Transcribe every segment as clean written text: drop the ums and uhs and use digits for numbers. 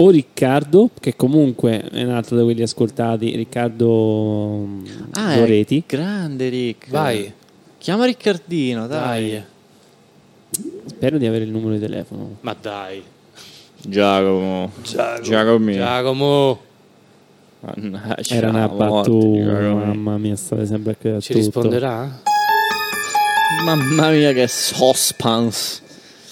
o Riccardo, che comunque è un altro di quelli ascoltati, Riccardo Loreti. Grande Rick. Vai. Chiama Riccardino, dai. Spero di avere il numero di telefono. Ma dai. Giacomo. Mannaggia, Era una battuta, Giacomo. mamma mia, state sempre a Ci tutto. risponderà? Mamma mia che suspense.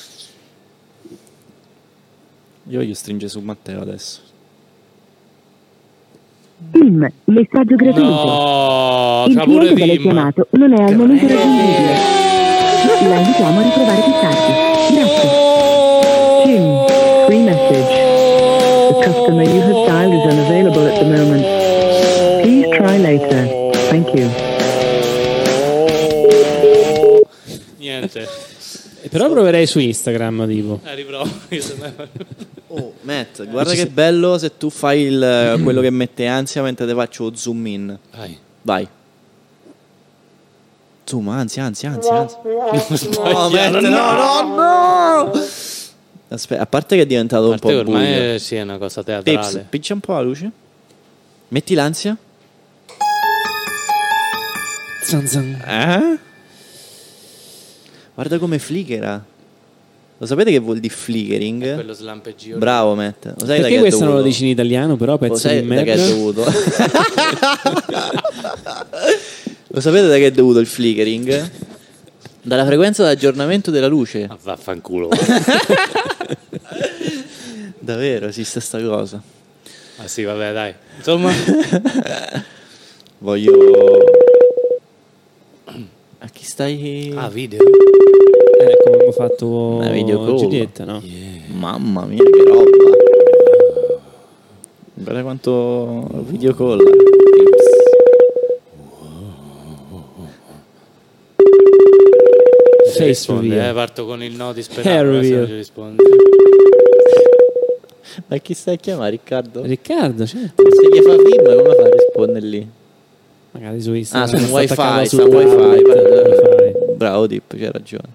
Io voglio stringere su Matteo adesso. Tim, messaggio gratuito. No, Il c'ha pure cliente che l'hai Tim. chiamato non è al momento raggiungibile. La invitiamo a riprovare più tardi. Grazie. Tim, free message. The customer you have dialed is unavailable at the moment. Please try later. Thank you. Niente. Però proverei su Instagram, tipo. Riprovo. Oh, Matt, guarda che bello se tu fai quello che mette ansia mentre te faccio zoom in. Vai. Zoom, anzi. No, Matt, no. Aspetta, a parte che è diventato un po' buio. Ormai sì, è una cosa teatrale. Tips, piccia un po' la luce. Metti l'ansia. Guarda come flickera. Lo sapete che vuol dire flickering? Quello slampeggione. Bravo Matt. Lo sai da Perché che è questo non lo dovuto? dici in italiano, però Lo pezzo sai di da che è merda. dovuto? Lo sapete da che è dovuto il flickering? Dalla frequenza d'aggiornamento della luce. Ah, vaffanculo. Davvero esiste sta cosa. Ah sì, vabbè, dai. Insomma, Voglio... A chi stai... video. Come abbiamo fatto Una videocall. Giulietta, no? Mamma mia che roba. Guarda quanto videocall. Face Risponde, reveal. parto con il no Hair disperato. reveal. Ci risponde. Ma chi stai a chiamare, Riccardo? Riccardo, certo. Se gli fa film, come fa a rispondere lì? Magari su Instagram. Ah, su sta wifi, attaccato sta sul wifi. tablet. Bravo Tip, c'hai ragione.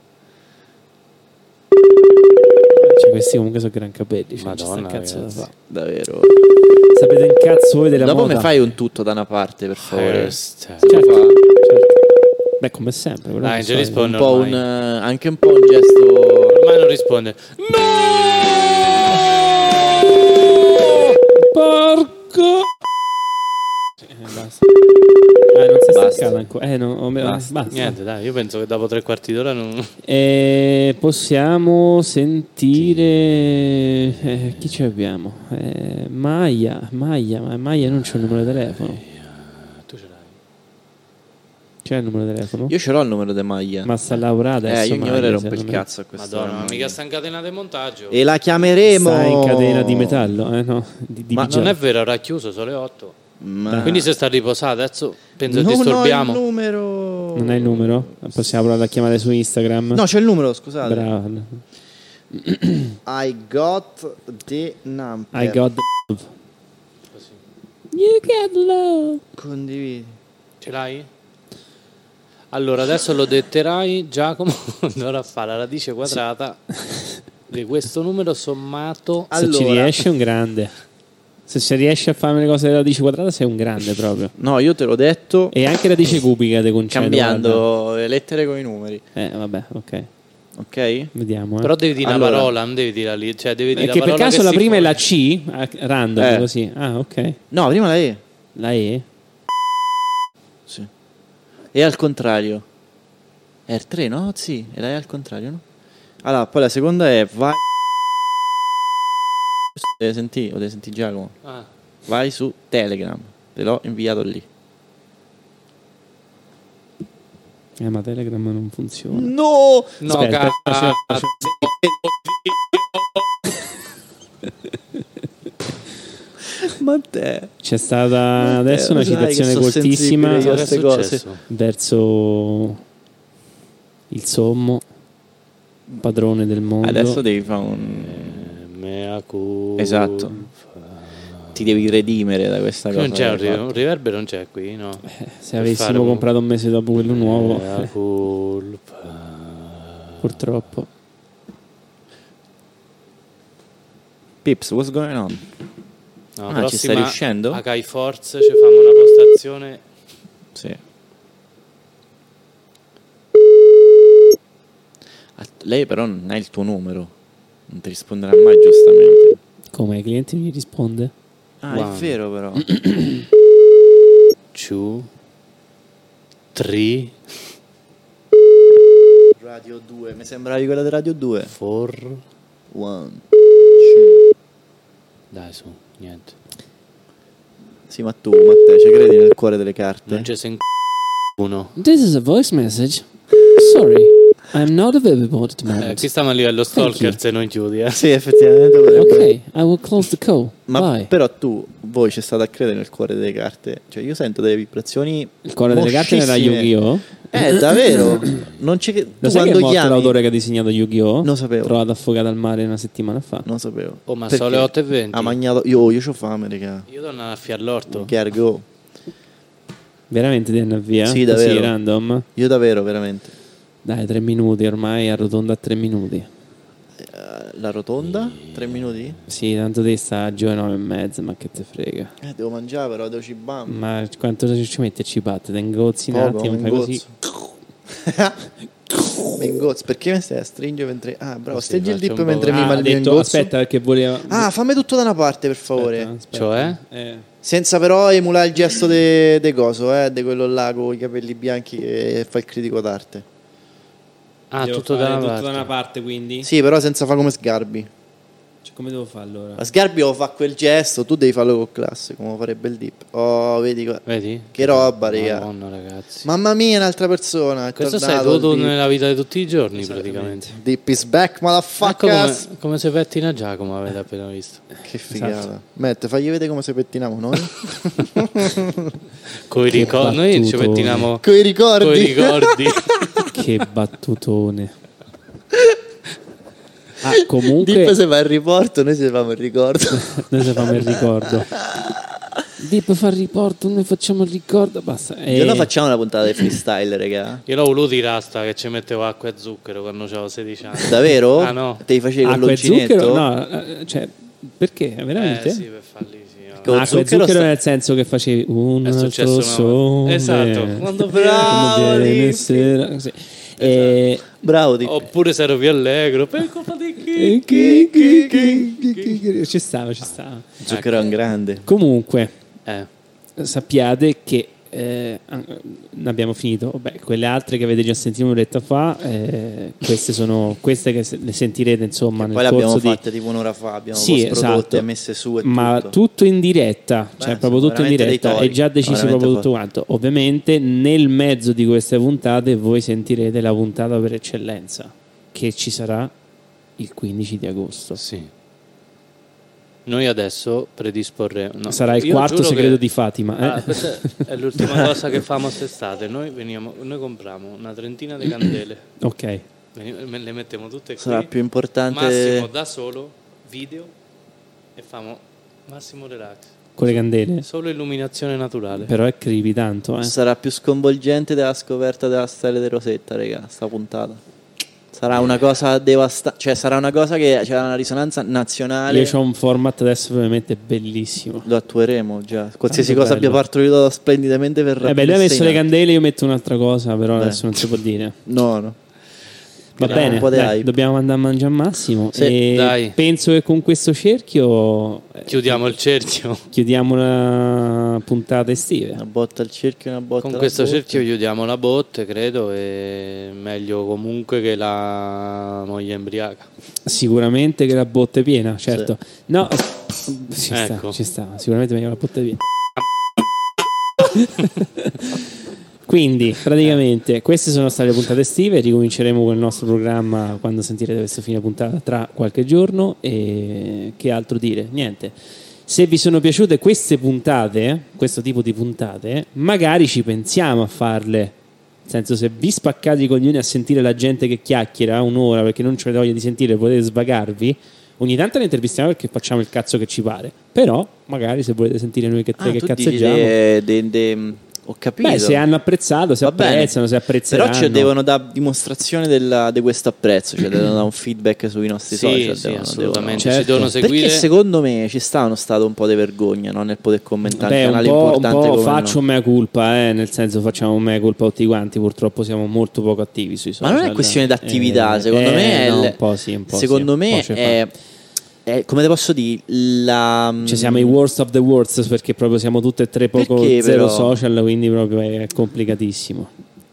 Cioè, questi comunque sono gran capelli. Cioè, Madonna, non c'è sta cazzo da ragazzi. fare. Davvero. Sapete un cazzo voi della Dopo moda? mi fai un tutto da una parte, per favore. Hairstyle. Certo, Fa certo. Beh, come sempre. quello Dai, che ci so, rispondo. un po' ormai. anche un po' un gesto. Ormai non risponde. Porco! Basta. Non si è Basta. staccato ancora. No, basta. Niente, dai, io penso che dopo 3/4 d'ora non... Possiamo sentire chi ci abbiamo? Maia, ma Maia non c'è il numero di telefono. Tu ce l'hai. C'è il numero di telefono? Io ce l'ho il numero di maglia. Ma sta lavorando adesso. Io mi Maia, vorrei rompere il secondo me. cazzo a questa Madonna, ora. mica sta in catena di montaggio. E la chiameremo. Sta in catena di metallo, no? Di Ma pigiama. non è vero, ora è chiuso, sono le 8. Ma... Quindi se sta riposato, adesso penso che non ho il disturbiamo. numero. Non hai il numero? Possiamo provare a chiamare su Instagram? No, c'è il numero, scusate. Bravo. I got the number. I got the love. You get love. Condividi. Ce l'hai? Allora, adesso lo detterai, Giacomo dovrà fare la radice quadrata di questo numero sommato. Se ci riesce è un grande. Se ci riesci a fare le cose della radice quadrata sei un grande proprio. No, io te l'ho detto. E anche radice cubica te concedo. Cambiando le lettere con i numeri. Vabbè, ok. Ok? Vediamo. Però devi dire Allora. una parola, non devi dire lì. Cioè, devi dire Perché la per parola caso che la si prima è può- la C? Random così. Ah, ok. No, prima la E. La E? Sì. E al contrario. È il 3, no? Sì, e la E al contrario, no? Allora, poi la seconda è vai. Questo lo devi sentire Giacomo. Ah. Vai su Telegram. Te l'ho inviato lì. Ma Telegram non funziona. No! No, Aspetta, cazzo. Ma te. C'è stata adesso una sai che citazione sono cortissima sensibile io a Cosa è queste cose. successo? verso il sommo, padrone del mondo. Adesso devi fare un... Mea culpa. Esatto. Ti devi redimere da questa cosa. Non c'è che hai un fatto. riverbero, non c'è qui, no? Se Per avessimo fare un- comprato un mese dopo quello nuovo, Mea culpa. purtroppo. Pips, what's going on? No, Ah, ci stai riuscendo? A Kai Force ci fanno una postazione. Sì. Lei però non ha il tuo numero. Non ti risponderà mai, giustamente. Come ai clienti mi risponde? Ah, Wow. è vero però. 2 3 Radio 2, mi sembravi quella di Radio 2. 4. 1. Dai, su, niente. Sì, ma tu, Matteo, ci credi nel cuore delle carte? Non c'è uno. This is a voice message. Sorry, I'm not available at the moment. Qui stiamo a livello stalker you. se non chiudi, Sì, effettivamente potrebbe. Ok, I will close the call. Ma Bye. però voi ci state a credere nel cuore delle carte. Cioè, io sento delle vibrazioni. Il cuore delle carte era moscissime. Yu-Gi-Oh! Davvero? Non c'è che. Lo Tu sai che è quando morto chiami. l'autore che ha disegnato Yu-Gi-Oh? Non sapevo. Trovato affogato al mare una settimana fa. Non sapevo. Oh, ma Perché? sono le 8:20. Ha mangiato. Io c'ho fame, raga. Io devo andare a fiarl'orto. Gotta go. Veramente ti andare via? Sì, Così davvero. random? Io davvero, veramente. Dai, 3 minuti ormai, arrotonda a 3 minuti. La rotonda? 3 minuti? Sì, tanto te sta a giorno e mezzo, ma che te frega. Devo mangiare, però devo cibare. Ma quanto ci metti a cibatte? Te ingozzi un Poco, attimo, mi fai così. Mi ingozzo. Perché mi stai a stringere mentre. Ah, bravo, Così, stringi il faccio dip un po' mentre mi Ah, mal ha il mio detto, ingozzo. aspetta perché voleva... Ah, fammi tutto da una parte, per favore. Aspetta. Cioè? Senza però emulare il gesto de coso, di quello là con i capelli bianchi che fa il critico d'arte. Ah, Devo tutto fare da una tutto parte. da una parte, quindi? Sì, però senza fare come Sgarbi. Cioè, come devo fare allora? A Sgarbi fa quel gesto, tu devi farlo con classe, come farebbe il dip. Oh, vedi qua. Vedi? Che roba, raga. Madonna, ragazzi. Mamma mia, un'altra persona. è Questo sei tornato tu il dip. nella vita di tutti i giorni, praticamente. Dip is back, Ecco motherfuckers. come si pettina Giacomo, avete appena visto. Che figata. Esatto. Mette, fagli vedere come si pettinamo noi. Coi ricordi. Noi ci battutone. mettiniamo Coi ricordi. coi ricordi. Che battutone. Ah, Dip comunque se va al riporto, noi se facciamo il ricordo. noi sappiamo il ricordo. Dip fa il riporto, noi facciamo il ricordo, basta. Io lo facciamo una puntata di freestyle, raga. Io l'ho voluto in rasta che ci mettevo acqua e zucchero quando avevo 16 anni. Davvero? Ah, no. Te li facevi con acqua e l'uncinetto? zucchero? No, cioè, perché? Veramente? Sì, per farli sì. no. Con Acqua e zucchero zucchero sta- nel senso che facevi un È successo altro una sole. Esatto, quando Bravo, viene Dip. sera, così. Bravo, Dip. Oppure se ero più allegro, per colpa di chi? Ci stava. Zucchero è un grande. Comunque, Eh, sappiate che abbiamo finito. Vabbè, quelle altre che avete già sentito un'oretta fa, queste sono queste che le sentirete insomma Poi nel le abbiamo corso di... fatte tipo un'ora fa, abbiamo Sì, prodotte esatto. e messe su e Ma tutto. tutto in diretta, cioè Beh, proprio sono tutto in veramente dei diretta, tori, è già deciso veramente proprio tutto quanto. Ovviamente nel mezzo di queste puntate voi sentirete la puntata per eccellenza, che ci sarà il 15 di agosto. sì. Noi adesso predisporremo. no, Sarà il io quarto giuro segreto che- di Fatima. Ah, questa è l'ultima cosa che famo quest'estate. Noi compriamo una trentina di candele, Ok, le mettiamo tutte qui. Sarà più importante. Massimo da solo, video e famo massimo relax. con le candele. Solo illuminazione naturale. Però è creepy tanto, Sarà più sconvolgente della scoperta della stella di Rosetta, raga, sta puntata. Sarà una cosa devastante, cioè sarà una cosa che c'è una risonanza nazionale. Io ho un format adesso veramente bellissimo. Lo attueremo già. Qualsiasi Tanto cosa abbia bello. partorito splendidamente per Beh, lui ha messo le in atto. candele, io metto un'altra cosa, però Beh. adesso non si può dire. No. Va Creiamo bene, un po' di dai, hype. dobbiamo andare a mangiare Massimo. Sì, e dai. penso che con questo cerchio Chiudiamo il cerchio. chiudiamo la puntata estiva. Una botta al cerchio, una botta Con alla questo botte. cerchio chiudiamo la botte, credo, e meglio comunque che la moglie embriaca. Sicuramente che la botte è piena, certo. No, Ecco. ci sta, sicuramente meglio la botte piena. Quindi, praticamente, queste sono state le puntate estive. Ricominceremo con il nostro programma quando sentirete questa fine puntata tra qualche giorno. E che altro dire? Niente. Se vi sono piaciute queste puntate, questo tipo di puntate, magari ci pensiamo a farle. Nel senso, se vi spaccate i coglioni a sentire la gente che chiacchiera un'ora perché non c'è voglia di sentire, potete svagarvi. Ogni tanto le intervistiamo perché facciamo il cazzo che ci pare. Però, magari se volete sentire noi che Tu dici cazzeggiamo. Ho capito. Beh, se hanno apprezzato, se Va bene. apprezzano, se apprezzeranno. Però ci devono dare dimostrazione di questo apprezzo, cioè devono dare un feedback sui nostri social. Sì, devono- assolutamente. Certo. Ci devono seguire. Perché secondo me ci sta uno stato un po' di vergogna, no? Nel poter commentare Beh, un un canale po', importante come faccio il mea culpa, nel senso facciamo mea culpa tutti quanti, purtroppo siamo molto poco attivi sui social. Ma non è questione di attività, secondo me è no, il- un po' sì, un po' secondo sì, me un po' ci fa. è come te posso dire, Cioè siamo i worst of the worst perché proprio siamo tutte e tre poco Perché, zero però? social, quindi proprio è complicatissimo.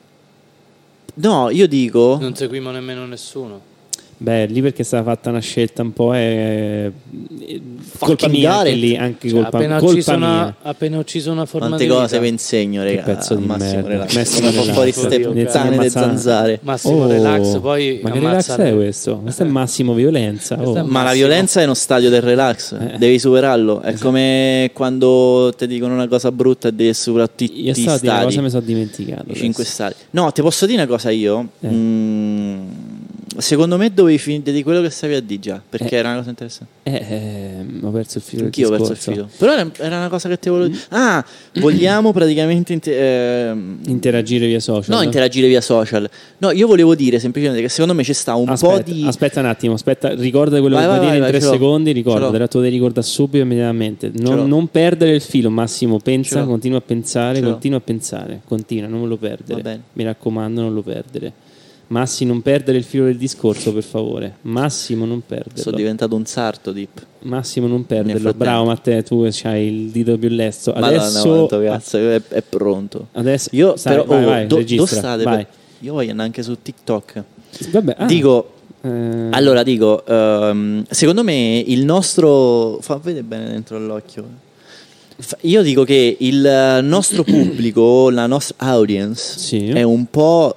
No, io dico Non seguiamo nemmeno nessuno. Beh, lì perché è stata fatta una scelta un po' colpa Fucking mia got anche it. lì, anche Cioè, colpa appena mia. ucciso una forma quante di cose vita. vi insegno, Che raga. pezzo di Massimo merda. relax. Massimo Come fa relax. fuori ste Oddio, puttane cazzo, di zanzare. Massimo relax, poi ma che relax ammazza è questo? Questo è massimo violenza. Questo è oh. Ma la Massimo. violenza è uno stadio del relax, devi superarlo. È come quando ti dicono una cosa brutta e devi superare tutti Io i stavo a dire una cosa stadi. mi sono dimenticato. I 5 adesso. stadi. No, ti posso dire una cosa io. Secondo me dovevi finire di quello che stavi a dire già, perché era una cosa interessante. Ho perso il filo Anch'io ho del perso il discorso. filo. Però era una cosa che ti volevo dire. Ah, vogliamo praticamente Interagire via social. no, interagire via social. No, io volevo dire semplicemente che secondo me ci sta un po' di... Aspetta un attimo, ricorda quello Vai, che vai, vuoi dire in vai, 3 ce l'ho. secondi, Ce ricorda, l'ho. te lo devi ricordare subito immediatamente. Ce l'ho. Non perdere il filo, Massimo, Ce pensa, l'ho. continua a pensare, Ce l'ho. continua a pensare, continua, non lo Va perdere. bene. Mi raccomando, non lo perdere. Massi, non perdere il filo del discorso, per favore. Massimo, non perderlo. Sono diventato un sarto, Dip. Massimo, non perderlo. frattempo. Bravo, Matteo, tu hai il dito più lesto. Madonna, Adesso, quanto cazzo, è pronto. adesso Io sai, però, vai, dove registra, state? vai. Io voglio andare anche su TikTok. Vabbè, Dico, allora, secondo me il nostro... Fa vedere bene dentro l'occhio. Io dico che il nostro pubblico, la nostra audience, Sì. è un po'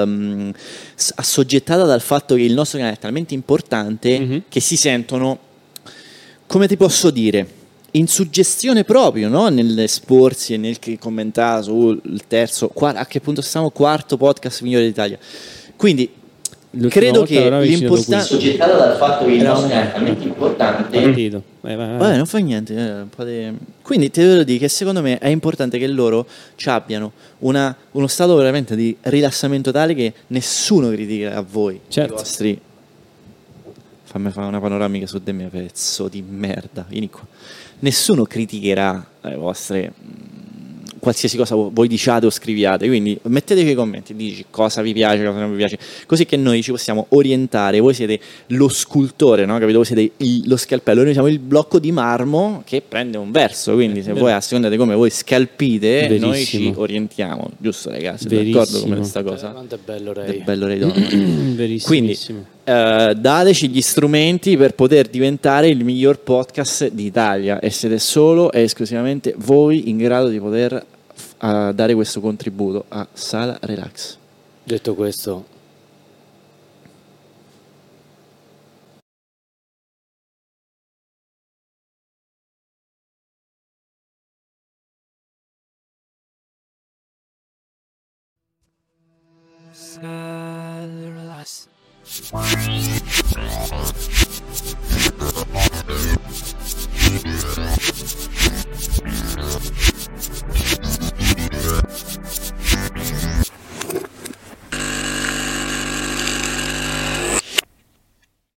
assoggettata dal fatto che il nostro canale è talmente importante Mhm. che si sentono, come ti posso dire, in suggestione proprio, no? Nell'esporsi e nel commentare sul terzo, a che punto siamo, quarto podcast migliore d'Italia. Quindi l'ultima credo volta che però avevi citato l'importante... qui. Assoggettata dal fatto che il nostro canale è talmente importante... Partito. Vai. Vabbè, non fa niente. Un po' Quindi ti devo dire che secondo me è importante che loro ci abbiano uno stato veramente di rilassamento tale che nessuno critica a voi. Certo. I vostri... Fammi fare una panoramica su di me, pezzo di merda. Vieni qua. Nessuno criticherà le vostre... qualsiasi cosa voi diciate o scriviate, quindi metteteci i commenti, dici cosa vi piace, cosa non vi piace, così che noi ci possiamo orientare. Voi siete lo scultore, no? Capito? Voi siete lo scalpello, noi siamo il blocco di marmo che prende un verso, quindi se voi a seconda di come voi scalpite, Verissimo. noi ci orientiamo, giusto ragazzi? Siete Verissimo. d'accordo con questa cosa? Quanto è bello È Ray. bello Ray Donovan. Verissimo. Quindi dateci gli strumenti per poter diventare il miglior podcast d'Italia e siete solo e esclusivamente voi in grado di poter dare questo contributo a Sala Relax. Detto questo, Sala Relax.